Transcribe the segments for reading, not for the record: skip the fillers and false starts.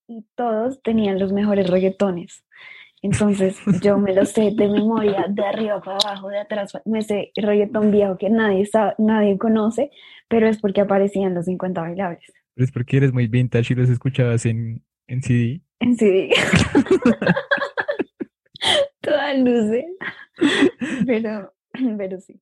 y todos tenían los mejores reggaetones. Entonces yo me lo sé de memoria, de arriba para abajo, de atrás, me sé el reggaetón viejo que nadie sabe, nadie conoce, pero es porque aparecían los 50 bailables Pero es porque eres muy vintage y los escuchabas en CD. en CD, todas luces, pero, pero sí.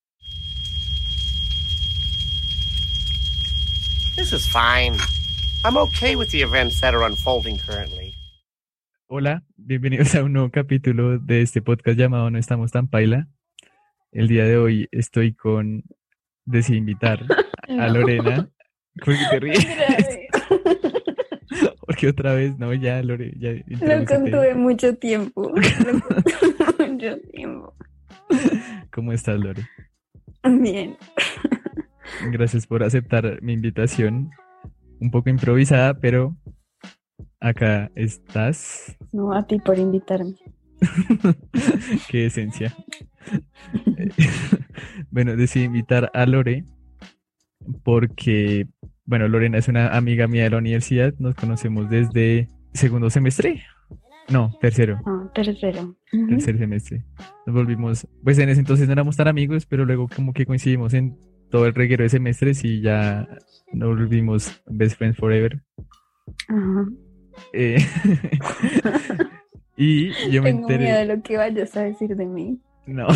This is fine. I'm okay with the events that are unfolding currently. Hola, bienvenidos a un nuevo capítulo de este podcast llamado No estamos tan paila. El día de hoy estoy con, decidí invitar a No, Lorena. ¿Por qué te ríes? otra vez. Porque otra vez, no, ya, Lore, ya Lo introdúcete. contuve mucho tiempo, lo contuve mucho tiempo. ¿Cómo estás, Lore? Bien, Gracias por aceptar mi invitación. Un poco improvisada, pero acá estás. no a ti por invitarme. Qué esencia. Eh, Bueno, decidí invitar a Lore porque, bueno, Lorena es una amiga mía de la universidad. Nos conocemos desde segundo semestre. No, tercero. No, tercero. Ujú. Tercer semestre. Nos volvimos, pues en ese entonces no éramos tan amigos, pero luego como que coincidimos en todo el reguero de semestres y ya nos volvimos best friends forever. Ajá. Eh, y yo me Tengo miedo enteré, de lo que vayas a decir de mí. no.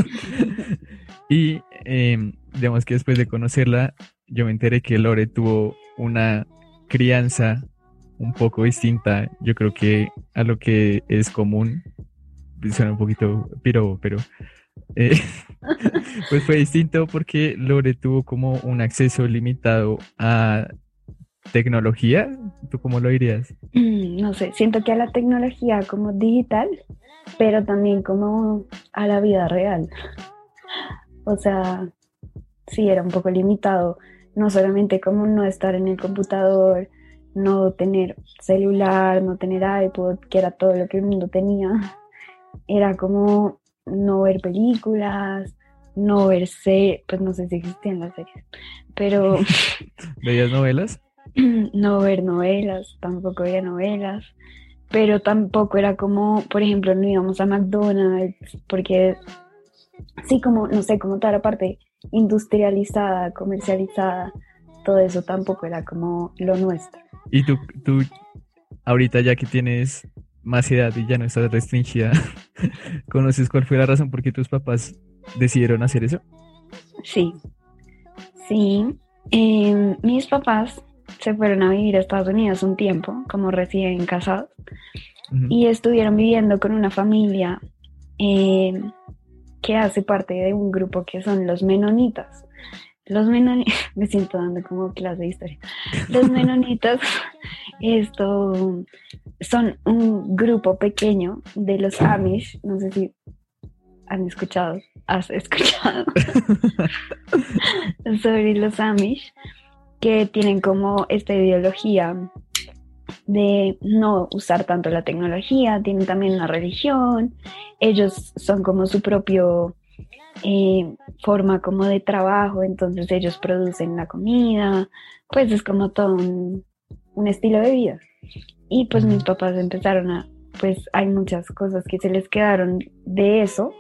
Y digamos que después de conocerla, yo me enteré que Lore tuvo una crianza un poco distinta, yo creo que a lo que es común. Suena un poquito piro, pero eh, pues fue distinto porque Lore tuvo como un acceso limitado a tecnología. ¿Tú cómo lo dirías? No sé, siento que a la tecnología como digital, pero también como a la vida real. O sea, sí era un poco limitado, no solamente como no estar en el computador, no tener celular, no tener iPod, que era todo lo que el mundo tenía, era como no ver películas, no ver series, pues no sé si existían las series, pero ¿Veías novelas? no ver novelas, tampoco veía novelas, pero tampoco era como, por ejemplo, no íbamos a McDonald's, porque sí, como, no sé, como toda la parte industrializada, comercializada, todo eso tampoco era como lo nuestro. Y tú ahorita ya que tienes más edad y ya no estás restringida, ¿conoces cuál fue la razón por qué tus papás decidieron hacer eso? Sí, sí. Mis papás se fueron a vivir a Estados Unidos un tiempo, como recién casados, Ujú. y estuvieron viviendo con una familia eh, que hace parte de un grupo que son los menonitas. Los menonitas, me siento dando como clase de historia. Los menonitas, esto, son un grupo pequeño de los Amish, no sé si han escuchado, has escuchado sobre los Amish, que tienen como esta ideología de no usar tanto la tecnología, tienen también una religión, ellos son como su propio forma como de trabajo, entonces ellos producen la comida, pues es como todo un estilo de vida. Y pues mis Ujú. papás empezaron a, pues hay muchas cosas que se les quedaron de eso.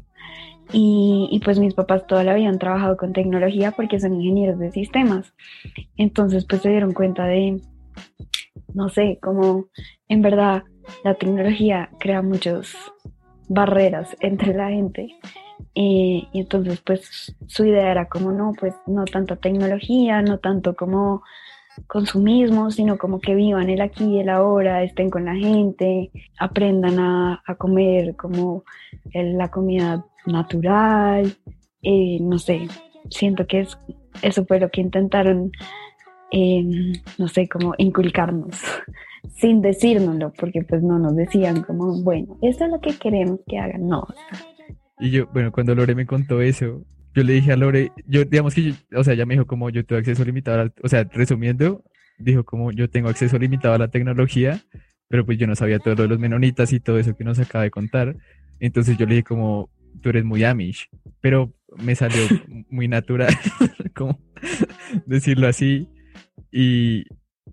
Y pues mis papás toda la vida han trabajado con tecnología porque son ingenieros de sistemas. Entonces pues se dieron cuenta de, no sé, como en verdad la tecnología crea muchas barreras entre la gente. Y entonces pues su idea era como no, pues no tanta tecnología, no tanto como consumismo, sino como que vivan el aquí y el ahora, estén con la gente, aprendan a comer como la comida natural, no sé, siento que eso fue lo que intentaron, eh, no sé, como inculcarnos, sin decírnoslo, porque pues no nos decían como, bueno, esto es lo que queremos que hagan, no. Y yo, bueno, cuando Lore me contó eso, yo le dije a Lore, yo, digamos que, o sea, ella me dijo como yo tengo acceso limitado, o sea, resumiendo, dijo como yo tengo acceso limitado a la tecnología, pero pues yo no sabía todo lo de los menonitas y todo eso que nos acaba de contar. Entonces yo le dije como, tú eres muy Amish, pero me salió muy natural, como decirlo así. Y,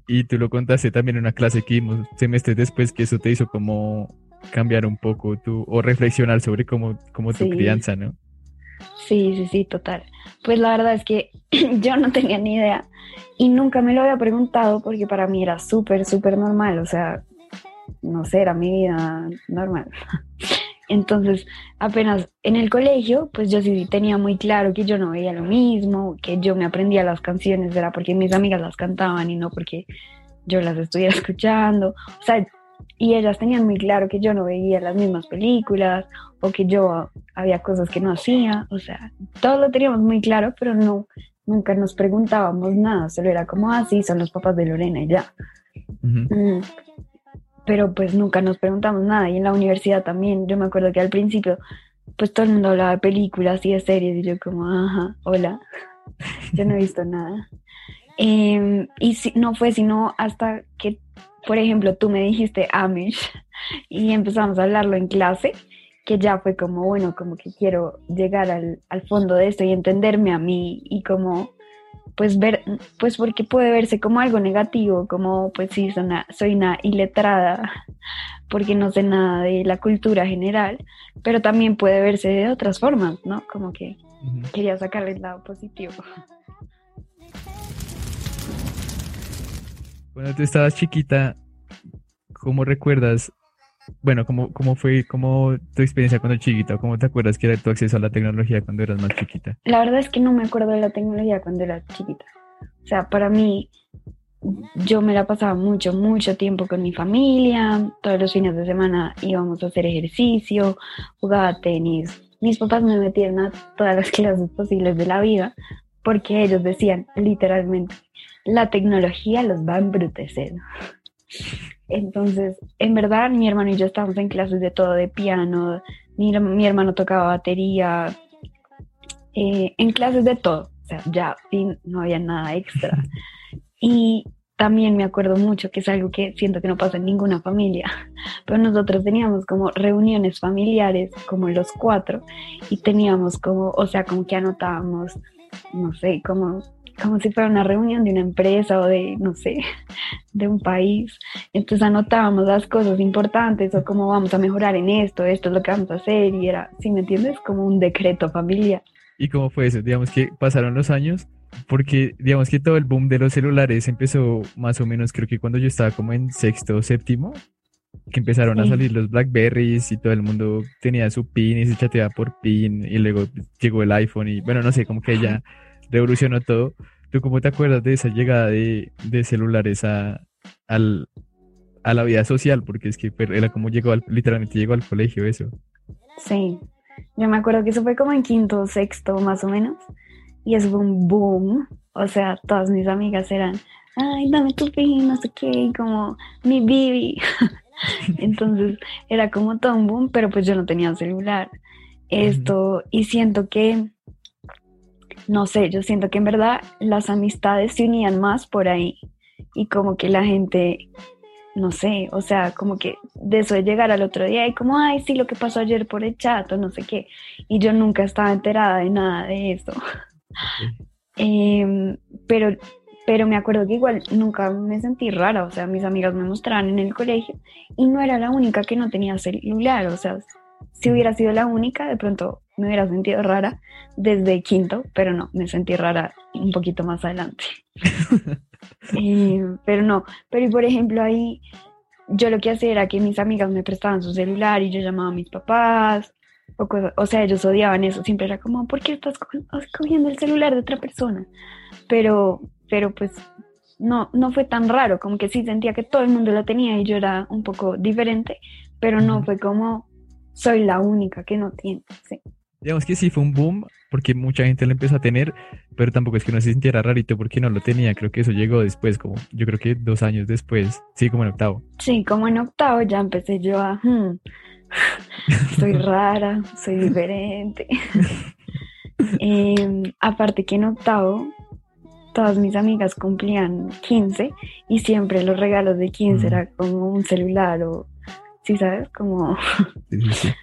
Y tú lo contaste también en una clase que vimos semestres después, que eso te hizo como cambiar un poco tu, o reflexionar sobre cómo tu Sí, crianza, ¿no? sí, sí, sí, total. Pues la verdad es que yo no tenía ni idea y nunca me lo había preguntado porque para mí era súper, súper normal, o sea, no sé, era mi vida normal. Entonces, apenas en el colegio, pues yo sí tenía muy claro que yo no veía lo mismo, que yo me aprendía las canciones, era porque mis amigas las cantaban y no porque yo las estuviera escuchando. O sea, y ellas tenían muy claro que yo no veía las mismas películas o que yo había cosas que no hacía. O sea, todos lo teníamos muy claro, pero no, nunca nos preguntábamos nada, solo era como, ah, sí, son los papás de Lorena y ya. Ujú. Mm, pero pues nunca nos preguntamos nada. Y en la universidad también, yo me acuerdo que al principio, pues todo el mundo hablaba de películas y de series y yo como, ajá, hola, yo no he visto nada. Y si, no fue sino hasta que, por ejemplo, tú me dijiste Amish y empezamos a hablarlo en clase, que ya fue como, bueno, como que quiero llegar al fondo de esto y entenderme a mí y como pues ver, pues porque puede verse como algo negativo, como pues sí, soy una iletrada, porque no sé nada de la cultura general, pero también puede verse de otras formas, ¿no? Como que Ujú. quería sacarle el lado positivo. Cuando tú estabas chiquita, ¿cómo recuerdas? Bueno, ¿cómo fue tu experiencia cuando chiquita? ¿Cómo te acuerdas que era tu acceso a la tecnología cuando eras más chiquita? La verdad es que no me acuerdo de la tecnología cuando era chiquita. O sea, para mí, yo me la pasaba mucho, mucho tiempo con mi familia. Todos los fines de semana íbamos a hacer ejercicio, jugaba tenis. Mis papás me metieron a todas las clases posibles de la vida porque ellos decían literalmente, la tecnología los va a embrutecer. Entonces, en verdad, mi hermano y yo estábamos en clases de todo, de piano, mi hermano tocaba batería, en clases de todo. O sea, ya fin, no había nada extra. Y también me acuerdo mucho que es algo que siento que no pasa en ninguna familia, pero nosotros teníamos como reuniones familiares, como los cuatro, y teníamos como, o sea, como que anotábamos, no sé, como si fuera una reunión de una empresa o de, no sé, de un país. Entonces anotábamos las cosas importantes o cómo vamos a mejorar en esto es lo que vamos a hacer, y era, ¿sí me entiendes? Como un decreto familiar. ¿Y cómo fue eso? Digamos que pasaron los años, porque digamos que todo el boom de los celulares empezó más o menos, creo que cuando yo estaba como en sexto o séptimo, que empezaron a Sí. salir los Blackberries y todo el mundo tenía su PIN y se chateaba por PIN y luego llegó el iPhone y bueno, no sé, como que ya revolucionó todo. ¿Tú cómo te acuerdas de esa llegada de celulares al, a la vida social? Porque es que era como literalmente llegó al colegio eso. Sí, yo me acuerdo que eso fue como en quinto o sexto más o menos, y eso fue un boom. O sea, todas mis amigas eran, ay, dame tu pin, no sé qué, y como mi bibi. Entonces era como todo un boom, pero pues yo no tenía celular. Ujú. Esto, y siento que, no sé, yo siento que en verdad las amistades se unían más por ahí, y como que la gente, no sé, o sea, como que de eso de llegar al otro día y como, ay, sí, lo que pasó ayer por el chat o no sé qué, y yo nunca estaba enterada de nada de eso. Ok. Eh, pero, pero me acuerdo que igual nunca me sentí rara, o sea, mis amigas me mostraban en el colegio y no era la única que no tenía celular, o sea, si Ujú. hubiera sido la única, de pronto me hubiera sentido rara desde quinto, pero no, me sentí rara un poquito más adelante. Pero no, pero y por ejemplo ahí yo lo que hacía era que mis amigas me prestaban su celular y yo llamaba a mis papás, o sea, ellos odiaban eso, siempre era como, ¿por qué estás cogiendo el celular de otra persona? Pero pues no, no fue tan raro, como que sí sentía que todo el mundo lo tenía y yo era un poco diferente, pero no Ujú. fue como, soy la única que no tiene, sí. Digamos que sí fue un boom porque mucha gente lo empezó a tener, pero tampoco es que uno se sintiera rarito porque no lo tenía. Creo que eso llegó después, como yo creo que 2 años después. Sí, como en octavo. Sí, como en octavo ya empecé yo a, soy rara, soy diferente. Aparte que en octavo todas mis amigas cumplían 15 y siempre los regalos de 15 Mm, era como un celular o, sí, ¿sabes? Como, sí, sí, sí.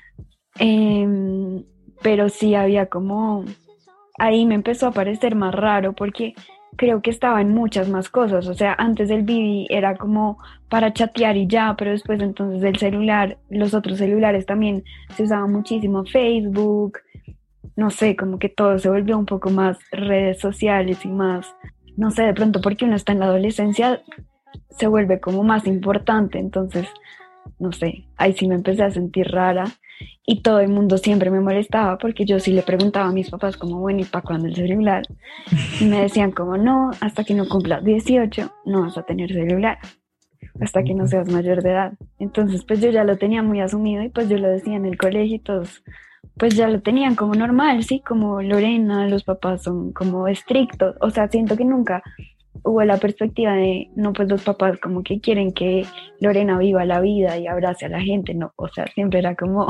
pero sí había como, ahí me empezó a parecer más raro porque creo que estaba en muchas más cosas. O sea, antes el BB era como para chatear y ya, pero después entonces el celular, los otros celulares también se usaba muchísimo Facebook, no sé, como que todo se volvió un poco más redes sociales y más, no sé, de pronto porque uno está en la adolescencia se vuelve como más importante, entonces, no sé, ahí sí me empecé a sentir rara y todo el mundo siempre me molestaba porque yo sí le preguntaba a mis papás como, bueno, ¿y para cuándo el celular? Y me decían como, no, hasta que no cumplas 18 no vas a tener celular, hasta que no seas mayor de edad. Entonces, pues yo ya lo tenía muy asumido y pues yo lo decía en el colegio y todos, pues ya lo tenían como normal, sí, como Lorena, los papás son como estrictos, o sea, siento que nunca hubo la perspectiva de, no, pues los papás como que quieren que Lorena viva la vida y abrace a la gente, no, o sea, siempre era como,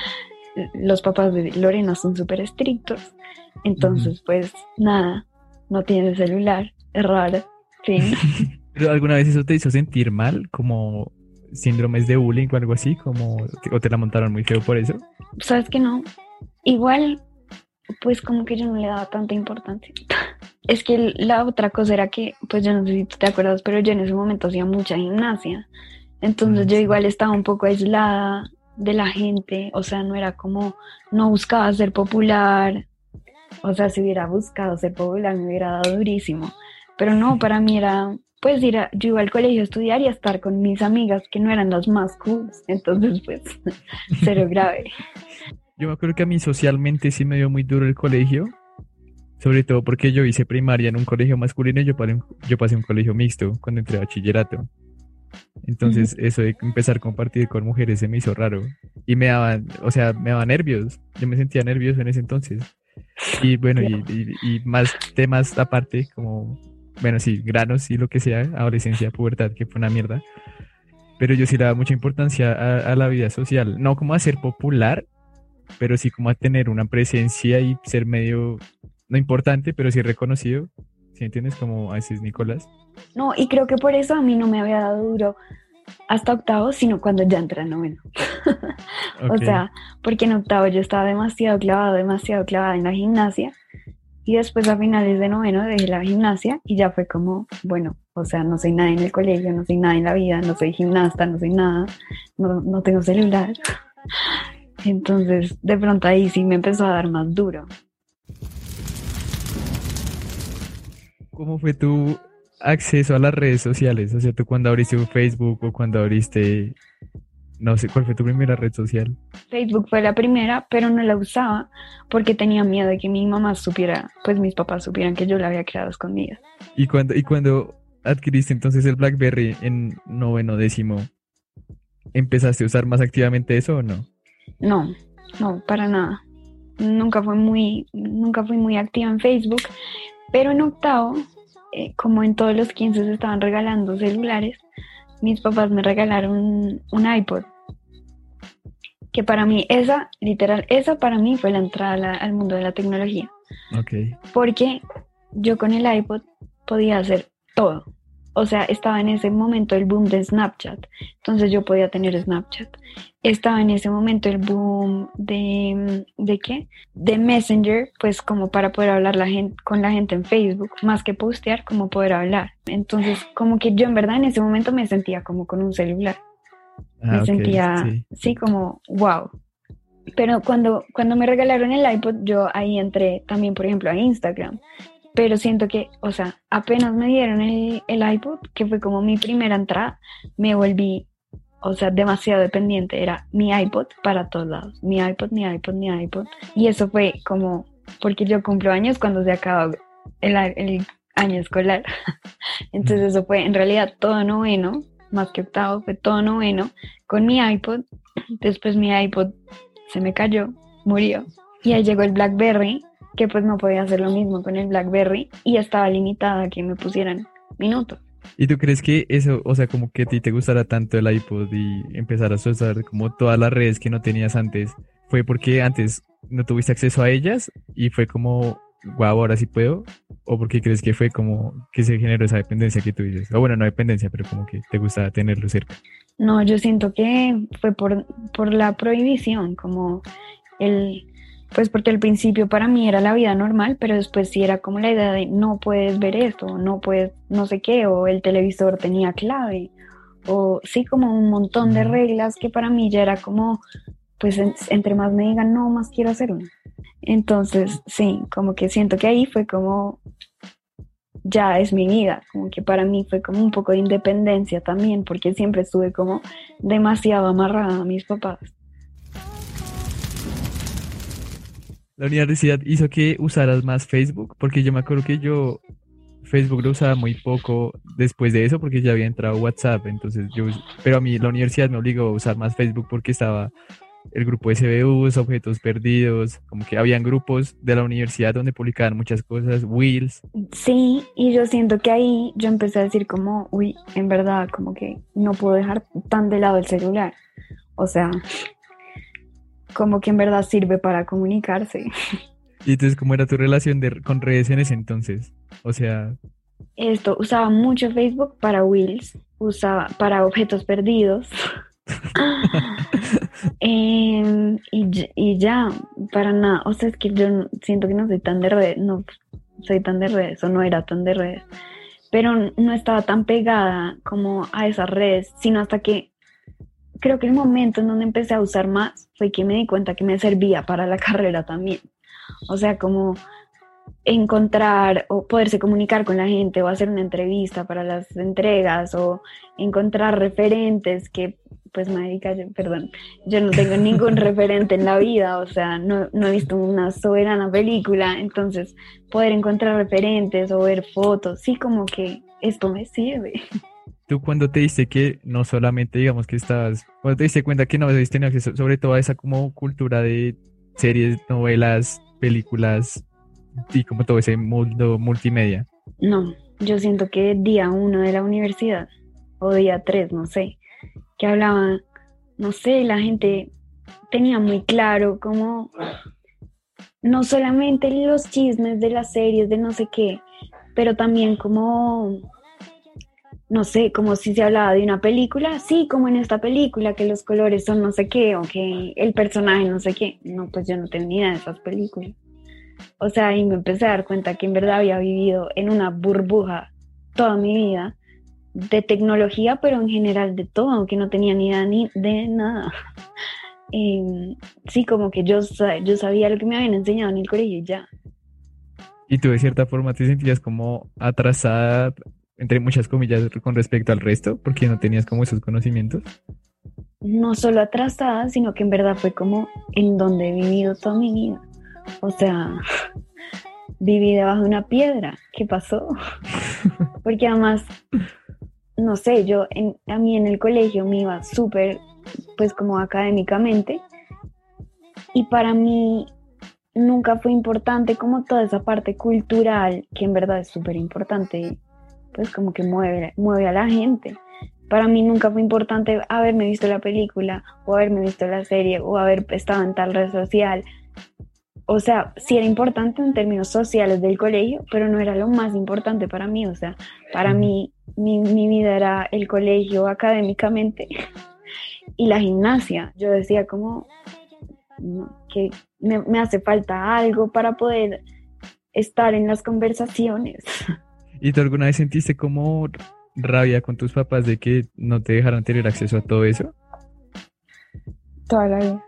los papás de Lorena son súper estrictos, entonces pues nada, no tiene celular, es raro, fin. ¿Pero alguna vez eso te hizo sentir mal? Como síndromes de bullying o algo así, como o te la montaron muy feo por eso. ¿Sabes que no? Igual, pues como que yo no le daba tanta importancia. Es que la otra cosa era que, pues yo no sé si tú te acuerdas, pero yo en ese momento hacía mucha gimnasia. Entonces yo Sí. igual estaba un poco aislada de la gente, o sea, no era como, no buscaba ser popular, o sea, si hubiera buscado ser popular me hubiera dado durísimo, pero no, para mí era, pues yo iba al colegio a estudiar y a estar con mis amigas que no eran las más cool, entonces pues, cero grave. Yo me acuerdo que a mí socialmente sí me dio muy duro el colegio, sobre todo porque yo hice primaria en un colegio masculino y yo pasé a un colegio mixto cuando entré a bachillerato. Entonces eso de empezar a compartir con mujeres se me hizo raro y me daban, o sea, me daba nervios. Yo me sentía nervioso en ese entonces. Y bueno, y más temas aparte, como, bueno, sí, granos y lo que sea, adolescencia, pubertad, que fue una mierda. Pero yo sí le daba mucha importancia a la vida social, no como a ser popular, pero sí como a tener una presencia y ser medio, no importante, pero sí reconocido. ¿Sí entiendes? Como a veces Nicolás. No, y creo que por eso a mí no me había dado duro hasta octavo, sino cuando ya entré a noveno. O Ok. sea, porque en octavo yo estaba demasiado clavada en la gimnasia. Y después a finales de noveno dejé la gimnasia y ya fue como, bueno, o sea, no soy nada en el colegio, no soy nada en la vida, no soy gimnasta, no soy nada, no tengo celular. Entonces, de pronto ahí sí me empezó a dar más duro. ¿Cómo fue tu acceso a las redes sociales? O sea, tú cuando abriste un Facebook o cuando abriste, no sé, ¿cuál fue tu primera red social? Facebook fue la primera, pero no la usaba porque tenía miedo de que mi mamá supiera, pues mis papás supieran que yo la había creado escondida. ¿Y cuando adquiriste entonces el BlackBerry en noveno décimo, empezaste a usar más activamente eso o no? No, no, para nada. Nunca fui muy activa en Facebook, pero en octavo, como en todos los 15 se estaban regalando celulares, mis papás me regalaron un iPod, que para mí esa para mí fue la entrada al mundo de la tecnología, Ok. porque yo con el iPod podía hacer todo. O sea, estaba en ese momento el boom de Snapchat, entonces yo podía tener Snapchat. Estaba en ese momento el boom ¿de qué? De Messenger, pues como para poder hablar con la gente en Facebook, más que postear, como poder hablar. Entonces, como que yo en verdad en ese momento me sentía como con un celular. Me Ah, ok, sentía, sí. sí, como, wow. Pero cuando me regalaron el iPod, yo ahí entré también, por ejemplo, a Instagram. Pero siento que, o sea, apenas me dieron el iPod, que fue como mi primera entrada, me volví, o sea, demasiado dependiente. Era mi iPod para todos lados. Mi iPod, mi iPod, mi iPod. Y eso fue como, porque yo cumplo años cuando se acaba el año escolar. Entonces eso fue en realidad todo noveno, más que octavo, fue todo noveno con mi iPod. Después mi iPod se me cayó, murió. Y ahí llegó el BlackBerry, que pues no podía hacer lo mismo con el BlackBerry y estaba limitada a que me pusieran minutos. ¿Y tú crees que eso, o sea, como que a ti te gustara tanto el iPod y empezaras a usar como todas las redes que no tenías antes, fue porque antes no tuviste acceso a ellas y fue como, guau, ahora sí puedo? ¿O porque crees que fue como que se generó esa dependencia que tú dices? O bueno, no dependencia, pero como que te gustaba tenerlo cerca. No, yo siento que fue por la prohibición, como el, Pues porque al principio para mí era la vida normal, pero después sí era como la idea de no puedes ver esto, no puedes no sé qué, o el televisor tenía clave, o sí como un montón de Ujú. reglas que para mí ya era como, pues entre más me digan no, más quiero hacerlo. Entonces sí, como que siento que ahí fue como, ya es mi vida, como que para mí fue como un poco de independencia también, porque siempre estuve como demasiado amarrada a mis papás. La universidad hizo que usaras más Facebook, porque yo me acuerdo que yo Facebook lo usaba muy poco después de eso, porque ya había entrado WhatsApp, pero a mí la universidad me obligó a usar más Facebook porque estaba el grupo SBUs, Objetos Perdidos, como que habían grupos de la universidad donde publicaban muchas cosas, Wheels. Sí, y yo siento que ahí yo empecé a decir como, uy, en verdad, como que no puedo dejar tan de lado el celular. O sea, como que en verdad sirve para comunicarse. Y entonces, ¿cómo era tu relación con redes en ese entonces? O sea, Esto, usaba mucho Facebook para Wheels, usaba para objetos perdidos. Y ya, para nada. O sea, es que siento que no soy tan de redes, no soy tan de redes, o no era tan de redes. Pero no estaba tan pegada como a esas redes, sino hasta que creo que el momento en donde empecé a usar más fue que me di cuenta que me servía para la carrera también. O sea, como encontrar o poderse comunicar con la gente o hacer una entrevista para las entregas o encontrar referentes que, pues, marica, perdón, yo no tengo ningún referente en la vida, o sea, no he visto una soberana película, entonces poder encontrar referentes o ver fotos, sí, como que esto me sirve. tú cuando te diste que no solamente, digamos que cuando te diste cuenta que no habías tenido acceso, sobre todo a esa como cultura de series, novelas, películas y como todo ese mundo multimedia. No, yo siento que día uno de la universidad o día tres, no sé, que hablaba, no sé, la gente tenía muy claro como no solamente los chismes de las series de no sé qué, pero también como, no sé, como si se hablaba de una película, sí, como en esta película, que los colores son no sé qué, o que el personaje no sé qué. No, pues yo no tenía ni idea de esas películas. O sea, y me empecé a dar cuenta que en verdad había vivido en una burbuja toda mi vida de tecnología, pero en general de todo, que no tenía ni idea ni de nada. Sí, como que yo sabía lo que me habían enseñado en el colegio y ya. Y tú de cierta forma te sentías como atrasada, entre muchas comillas, con respecto al resto, porque no tenías como esos conocimientos. No solo atrasada, sino que en verdad fue como en donde he vivido toda mi vida. O sea, viví debajo de una piedra. ¿Qué pasó? Porque además, no sé, a mí en el colegio me iba súper, pues como académicamente, y para mí nunca fue importante como toda esa parte cultural, que en verdad es súper importante, pues como que mueve a la gente. Para mí nunca fue importante haberme visto la película o haberme visto la serie o haber estado en tal red social. O sea, sí era importante en términos sociales del colegio, pero no era lo más importante para mí. O sea, para Ujú. mí mi vida era el colegio académicamente y la gimnasia. Yo decía como no, que me hace falta algo para poder estar en las conversaciones. ¿Y tú alguna vez sentiste como rabia con tus papás de que no te dejaran tener acceso a todo eso? Toda la vida.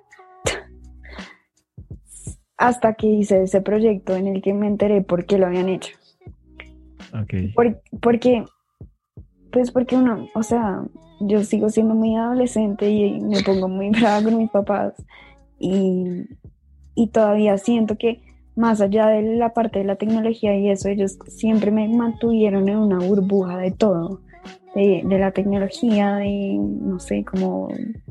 Hasta que hice ese proyecto en el que me enteré por qué lo habían hecho. Ok. Porque, pues porque uno, o sea, yo sigo siendo muy adolescente y me pongo muy brava con mis papás y, y todavía siento que más allá de la parte de la tecnología y eso, ellos siempre me mantuvieron en una burbuja de todo, de la tecnología, de, no sé, como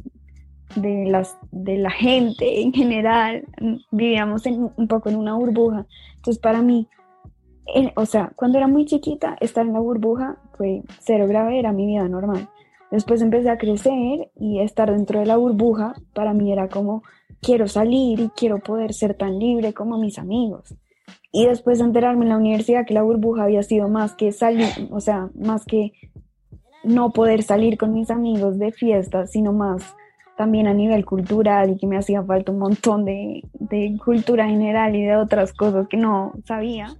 de la gente en general, vivíamos un poco en una burbuja. Entonces para mí, o sea, cuando era muy chiquita, estar en la burbuja fue cero grave, era mi vida normal. Después empecé a crecer y estar dentro de la burbuja para mí era como, quiero salir y quiero poder ser tan libre como mis amigos. Y después enterarme en la universidad que la burbuja había sido más que salir, o sea, más que no poder salir con mis amigos de fiesta, sino más también a nivel cultural y que me hacía falta un montón de cultura general y de otras cosas que no sabía.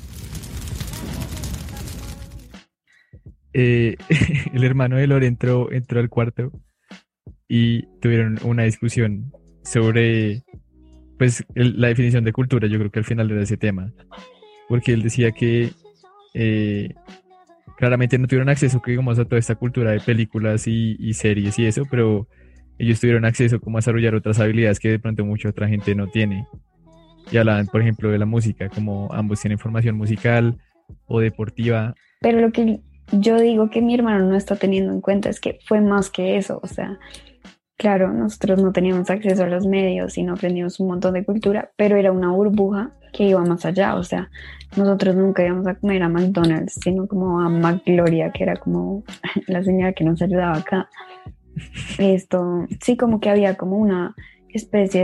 El hermano de Lore entró al cuarto y tuvieron una discusión sobre, pues, la definición de cultura. Yo creo que al final era ese tema, porque él decía que eh, claramente no tuvieron acceso, que, digamos, a toda esta cultura de películas y series y eso, pero ellos tuvieron acceso como a desarrollar otras habilidades que de pronto mucha otra gente no tiene. Y hablaban, por ejemplo, de la música, como ambos tienen formación musical o deportiva. Pero lo que yo digo que mi hermano no está teniendo en cuenta es que fue más que eso, o sea, claro, nosotros no teníamos acceso a los medios y no aprendimos un montón de cultura, pero era una burbuja que iba más allá, o sea, nosotros nunca íbamos a comer a McDonald's, sino como a McGloria, que era como la señora que nos ayudaba acá. Esto, sí, como que había como una especie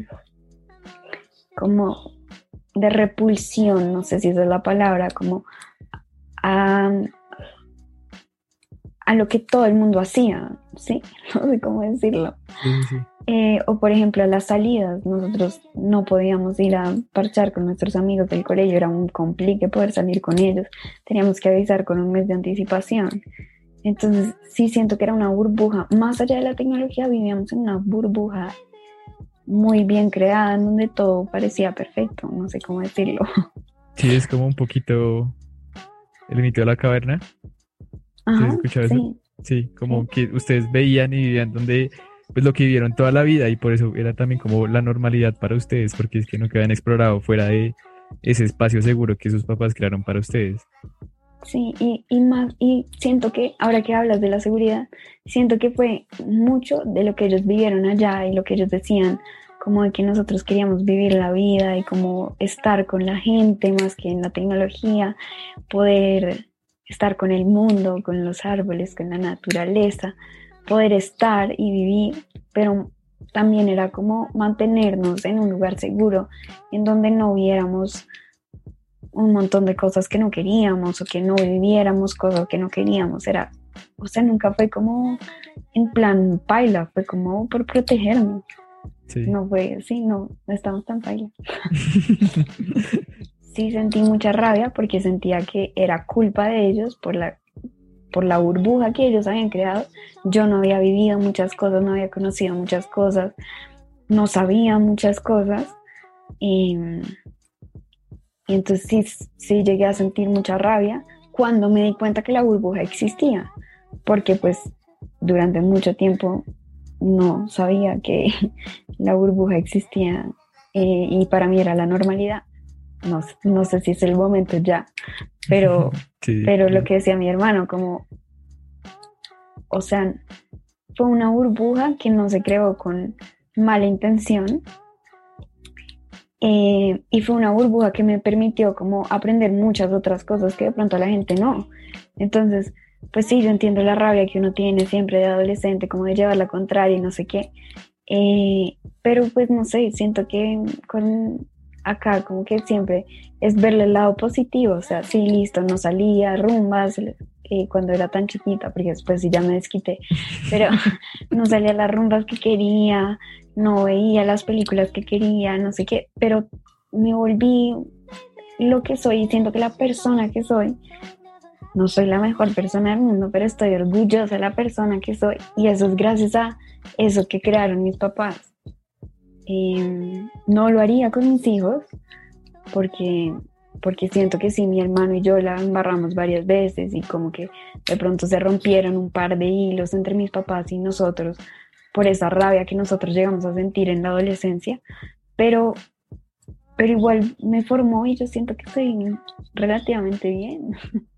como de repulsión, no sé si esa es la palabra, como a, a lo que todo el mundo hacía, ¿sí? No sé cómo decirlo. Sí. O por ejemplo, a las salidas, nosotros no podíamos ir a parchar con nuestros amigos del colegio, era un complique poder salir con ellos, teníamos que avisar con un mes de anticipación. Entonces sí siento que era una burbuja, más allá de la tecnología vivíamos en una burbuja muy bien creada, en donde todo parecía perfecto, no sé cómo decirlo. Sí, es como un poquito el mito de la caverna. ¿Sí has Ajá, escuchado eso? sí, Sí, como sí. que ustedes veían y vivían donde, pues lo que vivieron toda la vida y por eso era también como la normalidad para ustedes, porque es que no habían explorado fuera de ese espacio seguro que sus papás crearon para ustedes. Sí, y más, y siento que ahora que hablas de la seguridad, siento que fue mucho de lo que ellos vivieron allá y lo que ellos decían, como de que nosotros queríamos vivir la vida y como estar con la gente más que en la tecnología, poder estar con el mundo, con los árboles, con la naturaleza, poder estar y vivir, pero también era como mantenernos en un lugar seguro, en donde no viéramos un montón de cosas que no queríamos o que no viviéramos cosas que no queríamos. Era, o sea, nunca fue como en plan paila, fue como por protegernos. Sí. No fue así, no estamos tan paila. Sí sentí mucha rabia porque sentía que era culpa de ellos por la burbuja que ellos habían creado. Yo no había vivido muchas cosas, no había conocido muchas cosas, no sabía muchas cosas. Y entonces sí llegué a sentir mucha rabia cuando me di cuenta que la burbuja existía, porque pues durante mucho tiempo no sabía que la burbuja existía, y para mí era la normalidad. No sé si es el momento ya, pero, Sí, pero lo que decía mi hermano, como, o sea, fue una burbuja que no se creó con mala intención. Y fue una burbuja que me permitió como aprender muchas otras cosas que de pronto a la gente no. Entonces, pues sí, yo entiendo la rabia que uno tiene siempre de adolescente, como de llevar la contraria y no sé qué. Pero pues no sé, siento que con acá como que siempre es verle el lado positivo. O sea, sí, listo, no salía a rumbas cuando era tan chiquita, porque después sí ya me desquité, pero no salía a las rumbas que quería, no veía las películas que quería, no sé qué, pero me volví lo que soy y siento que la persona que soy, no soy la mejor persona del mundo, pero estoy orgullosa de la persona que soy y eso es gracias a eso que crearon mis papás. No lo haría con mis hijos porque siento que sí, mi hermano y yo la embarramos varias veces y como que de pronto se rompieron un par de hilos entre mis papás y nosotros por esa rabia que nosotros llegamos a sentir en la adolescencia, pero igual me formó y yo siento que estoy relativamente bien.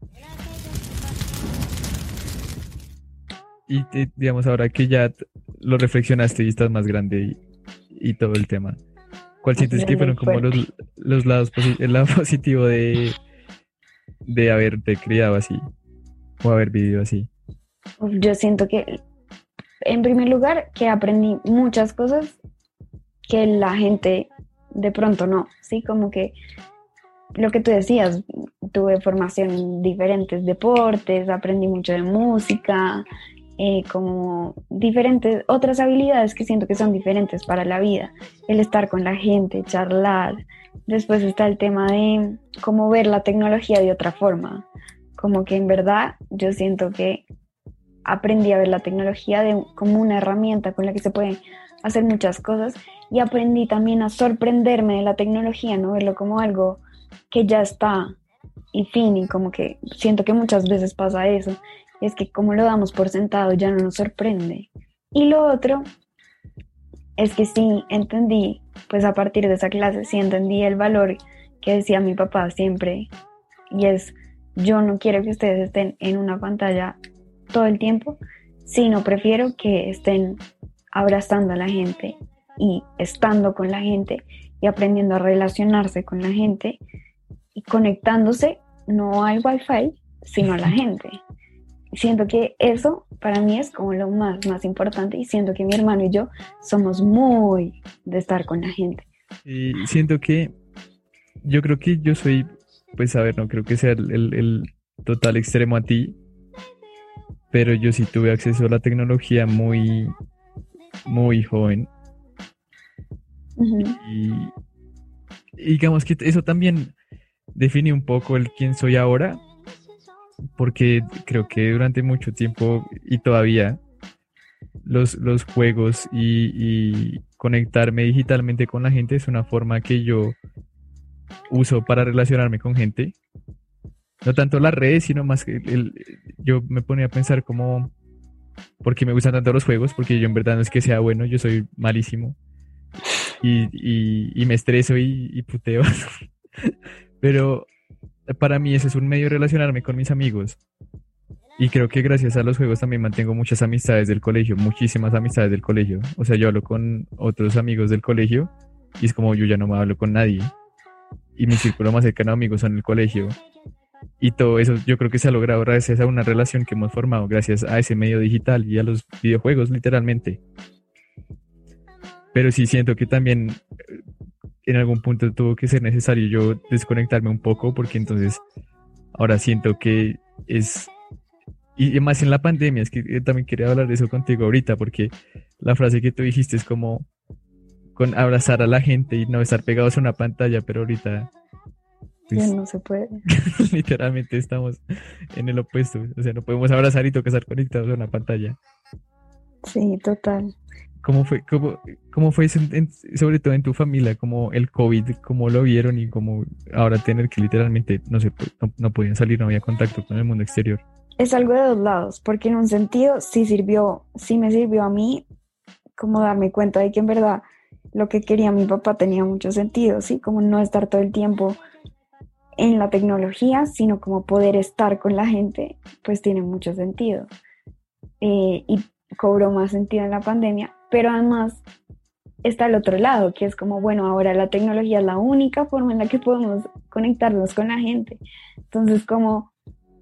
Y digamos, ahora que ya lo reflexionaste y estás más grande y todo el tema, ¿cuál Más sientes que grande y fueron como fuerte. los lados, el lado positivo de haberte criado así o haber vivido así? Yo siento que, en primer lugar, que aprendí muchas cosas que la gente de pronto no, ¿sí? Como que lo que tú decías, tuve formación en diferentes deportes, aprendí mucho de música, como diferentes, otras habilidades que siento que son diferentes para la vida, el estar con la gente, charlar. Después está el tema de cómo ver la tecnología de otra forma, como que en verdad yo siento que aprendí a ver la tecnología como una herramienta con la que se pueden hacer muchas cosas y aprendí también a sorprenderme de la tecnología, no verlo como algo que ya está y fin, y como que siento que muchas veces pasa eso, es que como lo damos por sentado ya no nos sorprende. Y lo otro es que sí entendí, pues a partir de esa clase sí entendí el valor que decía mi papá siempre, y es, yo no quiero que ustedes estén en una pantalla todo el tiempo, sino prefiero que estén abrazando a la gente y estando con la gente y aprendiendo a relacionarse con la gente y conectándose no al wifi, sino a la gente. Siento que eso para mí es como lo más importante y siento que mi hermano y yo somos muy de estar con la gente. Y siento que yo creo que yo soy, pues a ver, no creo que sea el total extremo a ti, pero yo sí tuve acceso a la tecnología muy joven. Uh-huh. Y digamos que eso también define un poco el quién soy ahora, porque creo que durante mucho tiempo y todavía los juegos y conectarme digitalmente con la gente es una forma que yo uso para relacionarme con gente. No tanto las redes, sino más que yo me ponía a pensar como, ¿por qué me gustan tanto los juegos? Porque yo en verdad no es que sea bueno, yo soy malísimo y me estreso y puteo. Pero para mí ese es un medio de relacionarme con mis amigos. Y creo que gracias a los juegos también mantengo muchas amistades del colegio, muchísimas amistades del colegio. O sea, yo hablo con otros amigos del colegio y es como yo ya no me hablo con nadie. Y mi círculo más cercano de amigos son el colegio. Y todo eso yo creo que se ha logrado gracias a una relación que hemos formado, gracias a ese medio digital y a los videojuegos, literalmente. Pero sí siento que también en algún punto tuvo que ser necesario yo desconectarme un poco, porque entonces ahora siento que es... Y más en la pandemia, es que también quería hablar de eso contigo ahorita, porque la frase que tú dijiste es como con abrazar a la gente y no estar pegados a una pantalla, pero ahorita Ya pues, no se puede. literalmente estamos en el opuesto, o sea, no podemos abrazar y tocar estar conectados a una pantalla. Sí, total. ¿Cómo fue eso sobre todo en tu familia, como el COVID, cómo lo vieron y cómo ahora tener que literalmente no podían salir, no había contacto con el mundo exterior? Es algo de dos lados, porque en un sentido sí me sirvió a mí como darme cuenta de que en verdad lo que quería mi papá tenía mucho sentido, ¿sí? Como no estar todo el tiempo en la tecnología, sino como poder estar con la gente, pues tiene mucho sentido. Y cobró más sentido en la pandemia, pero además está el otro lado, que es como, bueno, ahora la tecnología es la única forma en la que podemos conectarnos con la gente. Entonces, como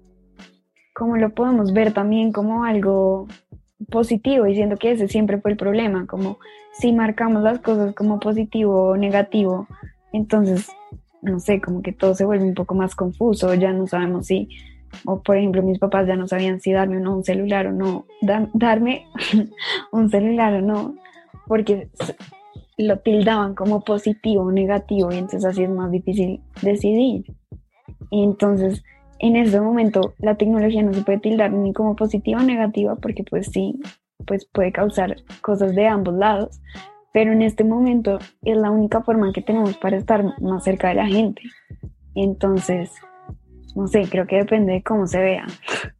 lo podemos ver también como algo positivo, diciendo que ese siempre fue el problema, como si marcamos las cosas como positivo o negativo, entonces, no sé, como que todo se vuelve un poco más confuso, ya no sabemos si, o por ejemplo, mis papás ya no sabían si darme o no un celular o no, darme un celular o no, porque lo tildaban como positivo o negativo, y entonces así es más difícil decidir. Y entonces, en ese momento, la tecnología no se puede tildar ni como positiva o negativa, porque pues sí, pues puede causar cosas de ambos lados, pero en este momento es la única forma que tenemos para estar más cerca de la gente. Y entonces, no sé, creo que depende de cómo se vea.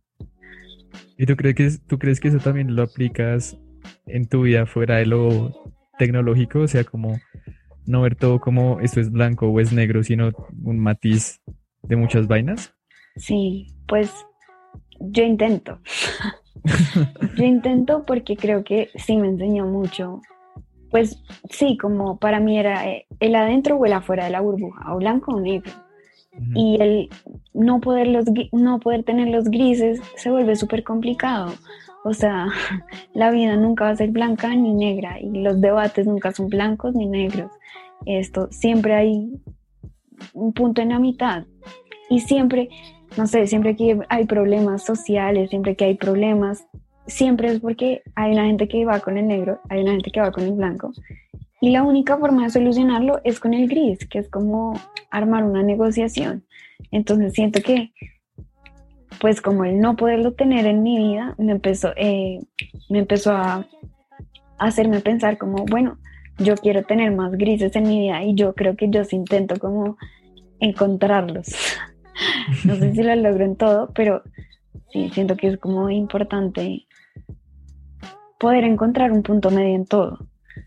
¿Y tú crees que eso también lo aplicas en tu vida fuera de lo tecnológico? O sea, como no ver todo como esto es blanco o es negro, sino un matiz de muchas vainas. Sí, pues yo intento. Yo intento porque creo que sí me enseñó mucho. Pues sí, como para mí era el adentro o el afuera de la burbuja, o blanco o negro. Ujú. Y el no poder tener los grises se vuelve súper complicado. O sea, la vida nunca va a ser blanca ni negra y los debates nunca son blancos ni negros. Esto siempre hay un punto en la mitad y siempre, no sé, siempre que hay problemas sociales, siempre que hay problemas siempre es porque hay una gente que va con el negro, hay una gente que va con el blanco, y la única forma de solucionarlo es con el gris, que es como armar una negociación. Entonces siento que, pues como el no poderlo tener en mi vida, me empezó a hacerme pensar como, bueno, yo quiero tener más grises en mi vida y yo creo que yo sí intento como encontrarlos. No sé si lo logro en todo, pero sí, siento que es como importante poder encontrar un punto medio en todo.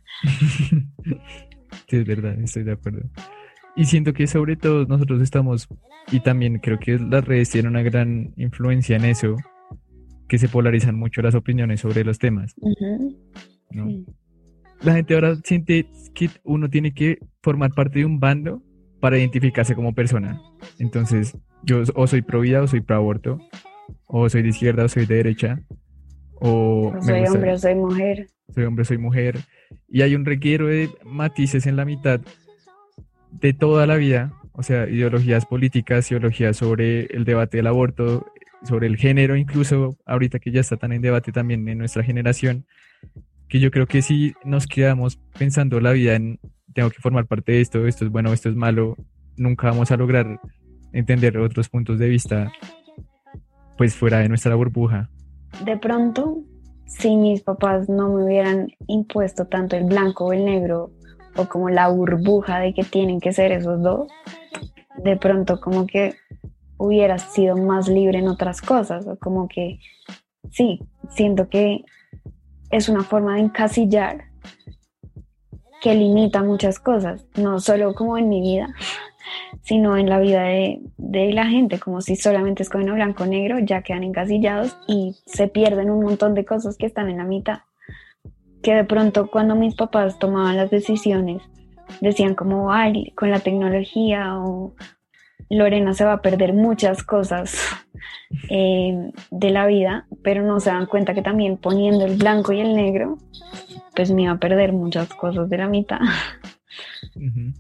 Sí, es verdad, estoy de acuerdo. Y siento que sobre todo nosotros estamos, y también creo que las redes tienen una gran influencia en eso, que se polarizan mucho las opiniones sobre los temas, Ujú, ¿no? sí. La gente ahora siente que uno tiene que formar parte de un bando para identificarse como persona. Entonces, yo o soy pro vida o soy pro aborto, o soy de izquierda o soy de derecha, o O me soy gusta, hombre o soy mujer. soy hombre, soy mujer, y hay un reguero de matices en la mitad de toda la vida, o sea, ideologías políticas, ideologías sobre el debate del aborto, sobre el género, incluso ahorita que ya está tan en debate también en nuestra generación, que yo creo que si nos quedamos pensando la vida en tengo que formar parte de esto es bueno, esto es malo, nunca vamos a lograr entender otros puntos de vista pues fuera de nuestra burbuja. De pronto, si mis papás no me hubieran impuesto tanto el blanco o el negro, o como la burbuja de que tienen que ser esos dos, de pronto como que hubiera sido más libre en otras cosas, o como que sí, siento que es una forma de encasillar que limita muchas cosas, no solo como en mi vida, sino en la vida de la gente, como si solamente escogen o blanco o negro, ya quedan encasillados y se pierden un montón de cosas que están en la mitad, que de pronto cuando mis papás tomaban las decisiones, decían como, ay, con la tecnología o Lorena se va a perder muchas cosas de la vida, pero no se dan cuenta que también poniendo el blanco y el negro, pues me iba a perder muchas cosas de la mitad. Uh-huh.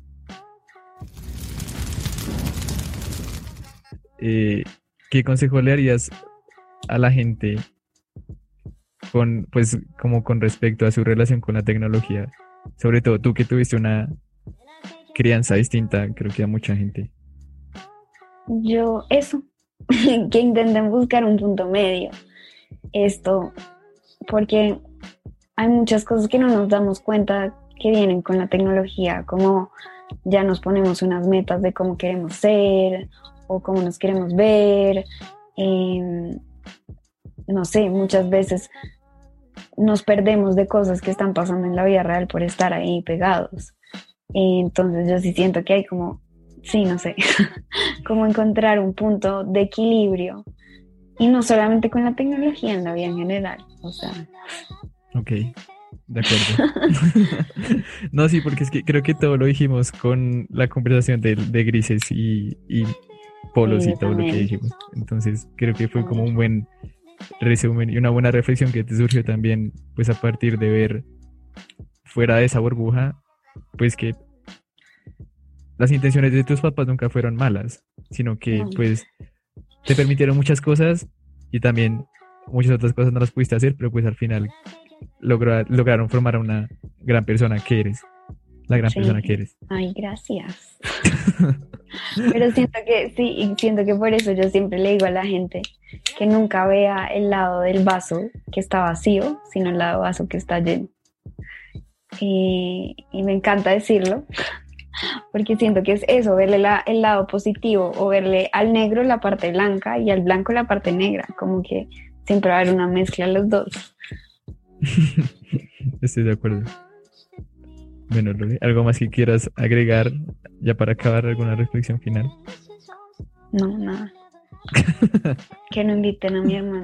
¿Qué consejo le harías a la gente con, pues, como con respecto a su relación con la tecnología? Sobre todo tú que tuviste una crianza distinta, creo que a mucha gente. Yo, eso, que intenten buscar un punto medio. Esto, porque hay muchas cosas que no nos damos cuenta que vienen con la tecnología, como ya nos ponemos unas metas de cómo queremos ser o cómo nos queremos ver. No sé, muchas veces nos perdemos de cosas que están pasando en la vida real por estar ahí pegados. Entonces yo sí siento que hay como, sí, no sé, como encontrar un punto de equilibrio y no solamente con la tecnología, en la vida en general, o sea. Ok, de acuerdo. No, sí, porque es que creo que todo lo dijimos con la conversación de grises y polos y todo lo que dijimos. Entonces creo que fue como un buen resumen y una buena reflexión que te surgió también, pues a partir de ver fuera de esa burbuja, pues que las intenciones de tus papás nunca fueron malas, sino que pues te permitieron muchas cosas y también muchas otras cosas no las pudiste hacer, pero pues al final lograron formar a una gran persona que eres, la gran persona que eres. Ay, gracias. Pero siento que sí, y siento que por eso yo siempre le digo a la gente que nunca vea el lado del vaso que está vacío, sino el lado del vaso que está lleno. Y me encanta decirlo, porque siento que es eso, verle el lado positivo o verle al negro la parte blanca y al blanco la parte negra, como que siempre va a haber una mezcla de los dos. Estoy de acuerdo. Bueno, Lore, ¿algo más que quieras agregar ya para acabar alguna reflexión final? No, nada. Que no inviten a mi hermano.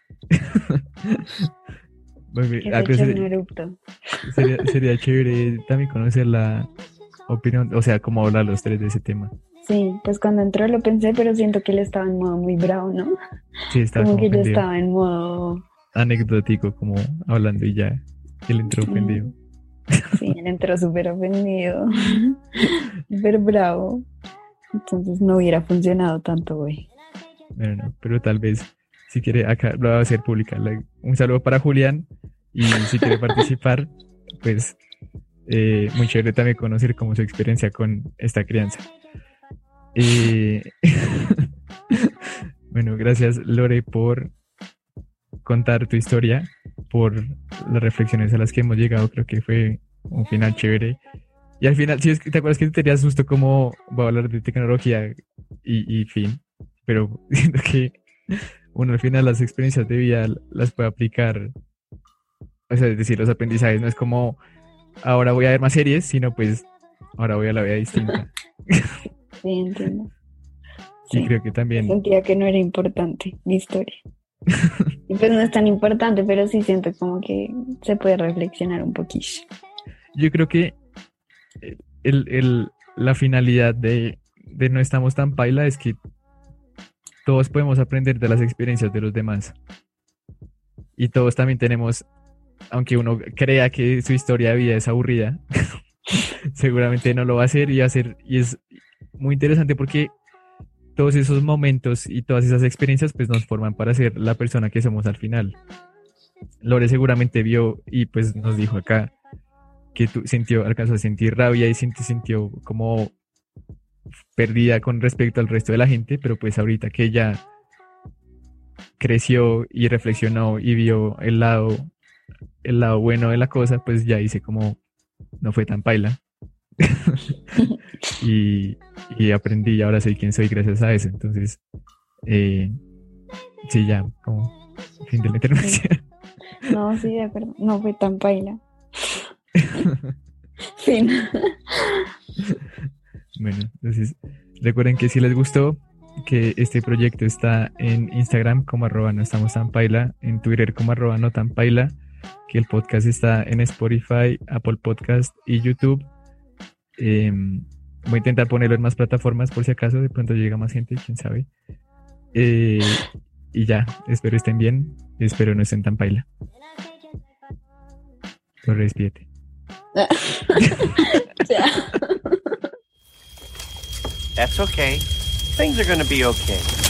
Que se eche un eructo. Sería chévere también conocer la opinión, o sea, cómo hablar los tres de ese tema. Sí, pues cuando entró lo pensé, pero siento que él estaba en modo muy bravo, ¿no? Sí, estaba como que ofendido. yo estaba en modo anecdótico, como hablando y ya él entró ofendido. Sí, él entró súper ofendido, súper bravo. Entonces no hubiera funcionado tanto hoy. Bueno, no, pero tal vez Si quiere, acá lo voy a hacer pública. Un saludo para Julián. Y si quiere participar, pues muy chévere también conocer cómo su experiencia con esta crianza. Bueno, gracias Lore por contar tu historia, por las reflexiones a las que hemos llegado. Creo que fue un final chévere. Y al final, sí, es que te acuerdas que te tenías susto como voy a hablar de tecnología y fin. Pero siento que uno al final las experiencias de vida las puede aplicar. O sea, es decir, los aprendizajes no es como ahora voy a ver más series, sino pues ahora voy a la vida distinta. Sí, entiendo. Y Sí, creo que también sentía que no era importante mi historia. Y pues no es tan importante, pero sí siento como que se puede reflexionar un poquillo. yo creo que la finalidad de No estamos tan paila es que todos podemos aprender de las experiencias de los demás. Y todos también tenemos, aunque uno crea que su historia de vida es aburrida, seguramente no lo va a hacer y es muy interesante porque todos esos momentos y todas esas experiencias pues nos forman para ser la persona que somos al final. Lore seguramente vio y pues nos dijo acá que alcanzó a sentir rabia y sintió como perdida con respecto al resto de la gente, pero pues ahorita que ella creció y reflexionó y vio el lado bueno de la cosa, pues ya dice como no fue tan paila. y aprendí y ahora soy quien soy gracias a eso. Entonces, sí, ya, como fin de la intervención. No, sí, de acuerdo. No fue tan paila. Fin. Bueno, entonces recuerden que si les gustó, que este proyecto está en Instagram como @noestamostanpaila, en Twitter como @notanpaila, que el podcast está en Spotify, Apple Podcast y YouTube. Voy a intentar ponerlo en más plataformas por si acaso de pronto llega más gente, quién sabe. Y ya, espero estén bien, espero no estén tan paila. Pues despídete. That's okay. Things are gonna be okay.